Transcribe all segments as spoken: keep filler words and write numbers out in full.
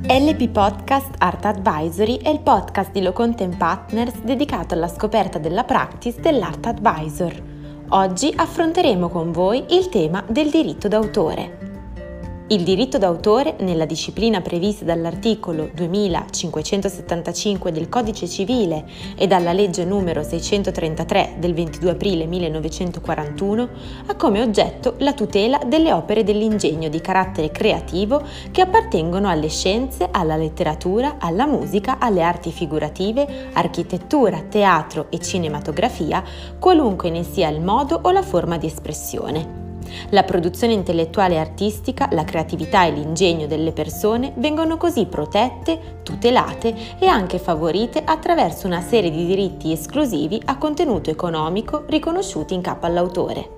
L P Podcast Art Advisory è il podcast di Low Content Partners dedicato alla scoperta della practice dell'Art Advisor. Oggi affronteremo con voi il tema del diritto d'autore. Il diritto d'autore, nella disciplina prevista dall'articolo duemilacinquecentosettantacinque del Codice Civile e dalla legge numero seicentotrentatré del ventidue aprile millenovecentoquarantuno, ha come oggetto la tutela delle opere dell'ingegno di carattere creativo che appartengono alle scienze, alla letteratura, alla musica, alle arti figurative, architettura, teatro e cinematografia, qualunque ne sia il modo o la forma di espressione. La produzione intellettuale e artistica, la creatività e l'ingegno delle persone vengono così protette, tutelate e anche favorite attraverso una serie di diritti esclusivi a contenuto economico riconosciuti in capo all'autore.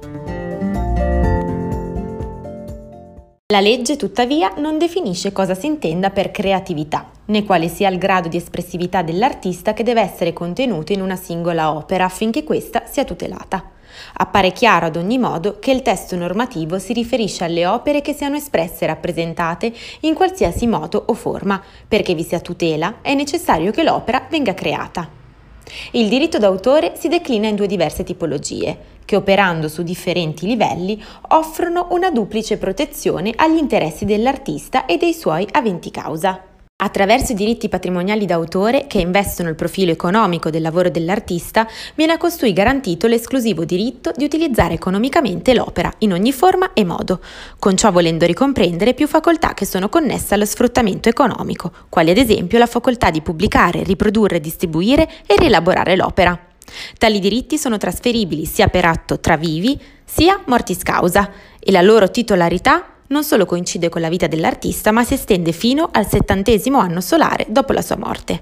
La legge, tuttavia, non definisce cosa si intenda per creatività, né quale sia il grado di espressività dell'artista che deve essere contenuto in una singola opera affinché questa sia tutelata. Appare chiaro ad ogni modo che il testo normativo si riferisce alle opere che siano espresse e rappresentate in qualsiasi modo o forma. Perché vi sia tutela è necessario che l'opera venga creata. Il diritto d'autore si declina in due diverse tipologie, che operando su differenti livelli offrono una duplice protezione agli interessi dell'artista e dei suoi aventi causa. Attraverso i diritti patrimoniali d'autore, che investono il profilo economico del lavoro dell'artista, viene a costui garantito l'esclusivo diritto di utilizzare economicamente l'opera in ogni forma e modo, con ciò volendo ricomprendere più facoltà che sono connesse allo sfruttamento economico, quali ad esempio la facoltà di pubblicare, riprodurre, distribuire e rielaborare l'opera. Tali diritti sono trasferibili sia per atto tra vivi, sia mortis causa, e la loro titolarità non solo coincide con la vita dell'artista, ma si estende fino al settantesimo anno solare dopo la sua morte.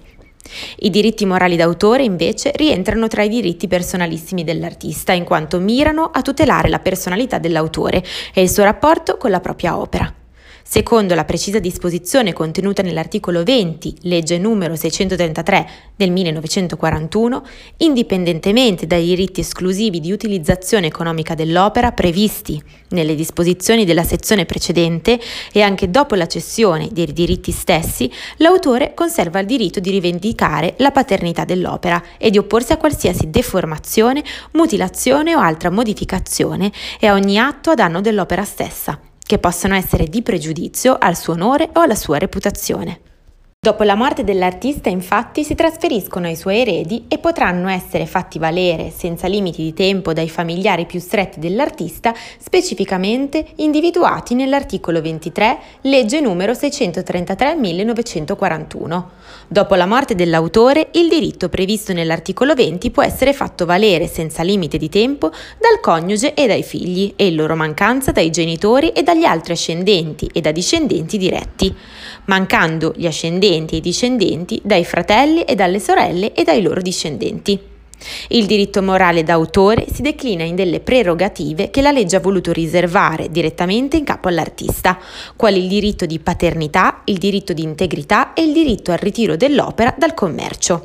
I diritti morali d'autore, invece, rientrano tra i diritti personalissimi dell'artista, in quanto mirano a tutelare la personalità dell'autore e il suo rapporto con la propria opera. Secondo la precisa disposizione contenuta nell'articolo venti, legge numero seicentotrentatré del millenovecentoquarantuno, indipendentemente dai diritti esclusivi di utilizzazione economica dell'opera previsti nelle disposizioni della sezione precedente e anche dopo la cessione dei diritti stessi, l'autore conserva il diritto di rivendicare la paternità dell'opera e di opporsi a qualsiasi deformazione, mutilazione o altra modificazione e a ogni atto a danno dell'opera stessa, che possano essere di pregiudizio al suo onore o alla sua reputazione. Dopo la morte dell'artista, infatti, si trasferiscono ai suoi eredi e potranno essere fatti valere, senza limiti di tempo, dai familiari più stretti dell'artista, specificamente individuati nell'articolo ventitré, legge numero seicentotrentatré millenovecentoquarantuno. Dopo la morte dell'autore, il diritto previsto nell'articolo venti può essere fatto valere senza limite di tempo dal coniuge e dai figli, e in loro mancanza dai genitori e dagli altri ascendenti e da discendenti diretti, mancando gli ascendenti e i discendenti dai fratelli e dalle sorelle e dai loro discendenti. Il diritto morale d'autore si declina in delle prerogative che la legge ha voluto riservare direttamente in capo all'artista, quali il diritto di paternità, il diritto di integrità e il diritto al ritiro dell'opera dal commercio.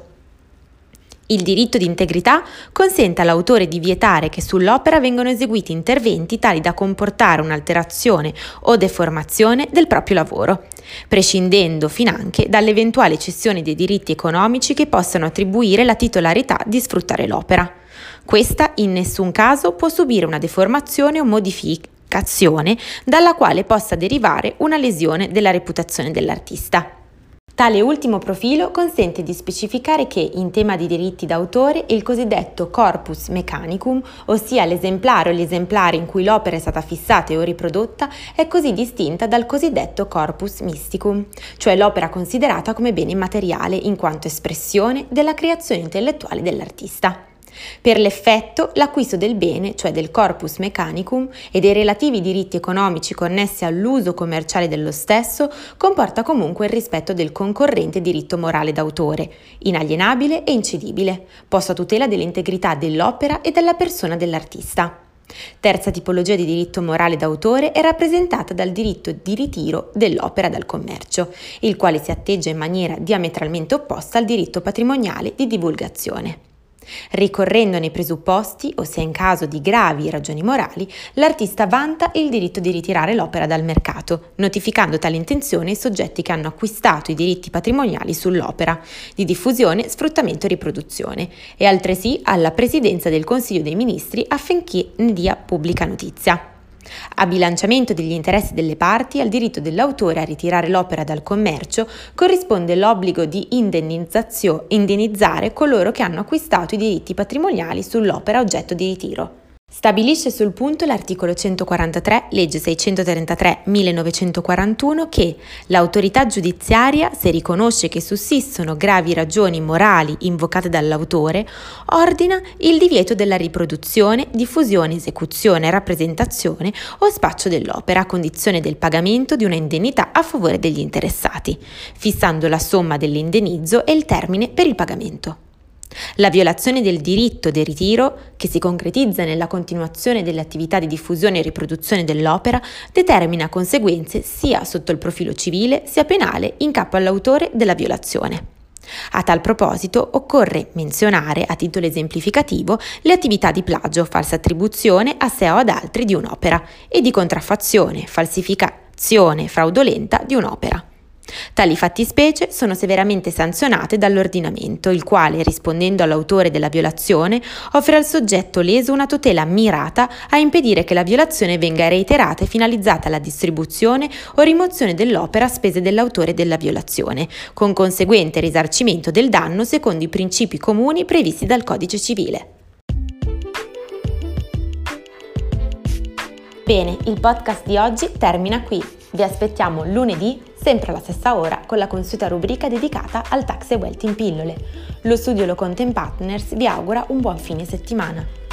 Il diritto di integrità consente all'autore di vietare che sull'opera vengano eseguiti interventi tali da comportare un'alterazione o deformazione del proprio lavoro, prescindendo finanche dall'eventuale cessione dei diritti economici che possano attribuire la titolarità di sfruttare l'opera. Questa in nessun caso può subire una deformazione o modificazione dalla quale possa derivare una lesione della reputazione dell'artista. Tale ultimo profilo consente di specificare che, in tema di diritti d'autore, il cosiddetto corpus mechanicum, ossia l'esemplare o gli esemplari in cui l'opera è stata fissata o riprodotta, è così distinta dal cosiddetto corpus mysticum, cioè l'opera considerata come bene immateriale in quanto espressione della creazione intellettuale dell'artista. Per l'effetto, l'acquisto del bene, cioè del corpus mechanicum, e dei relativi diritti economici connessi all'uso commerciale dello stesso, comporta comunque il rispetto del concorrente diritto morale d'autore, inalienabile e incedibile, posto a tutela dell'integrità dell'opera e della persona dell'artista. Terza tipologia di diritto morale d'autore è rappresentata dal diritto di ritiro dell'opera dal commercio, il quale si atteggia in maniera diametralmente opposta al diritto patrimoniale di divulgazione. Ricorrendone i presupposti, ossia in caso di gravi ragioni morali, l'artista vanta il diritto di ritirare l'opera dal mercato, notificando tale intenzione ai soggetti che hanno acquistato i diritti patrimoniali sull'opera, di diffusione, sfruttamento e riproduzione, e altresì alla Presidenza del Consiglio dei Ministri affinché ne dia pubblica notizia. A bilanciamento degli interessi delle parti, al diritto dell'autore a ritirare l'opera dal commercio corrisponde l'obbligo di indennizzare coloro che hanno acquistato i diritti patrimoniali sull'opera oggetto di ritiro. Stabilisce sul punto l'articolo centoquarantatré, legge seicentotrentatré millenovecentoquarantuno, che l'autorità giudiziaria, se riconosce che sussistono gravi ragioni morali invocate dall'autore, ordina il divieto della riproduzione, diffusione, esecuzione, rappresentazione o spaccio dell'opera a condizione del pagamento di una indennità a favore degli interessati, fissando la somma dell'indennizzo e il termine per il pagamento. La violazione del diritto del ritiro, che si concretizza nella continuazione delle attività di diffusione e riproduzione dell'opera, determina conseguenze sia sotto il profilo civile sia penale in capo all'autore della violazione. A tal proposito occorre menzionare, a titolo esemplificativo, le attività di plagio, falsa attribuzione a sé o ad altri di un'opera e di contraffazione, falsificazione fraudolenta di un'opera. Tali fattispecie sono severamente sanzionate dall'ordinamento, il quale, rispondendo all'autore della violazione, offre al soggetto leso una tutela mirata a impedire che la violazione venga reiterata e finalizzata alla distribuzione o rimozione dell'opera a spese dell'autore della violazione, con conseguente risarcimento del danno secondo i principi comuni previsti dal Codice Civile. Bene, il podcast di oggi termina qui. Vi aspettiamo lunedì, sempre alla stessa ora, con la consueta rubrica dedicata al tax e wealth in pillole. Lo studio Locontent Partners vi augura un buon fine settimana.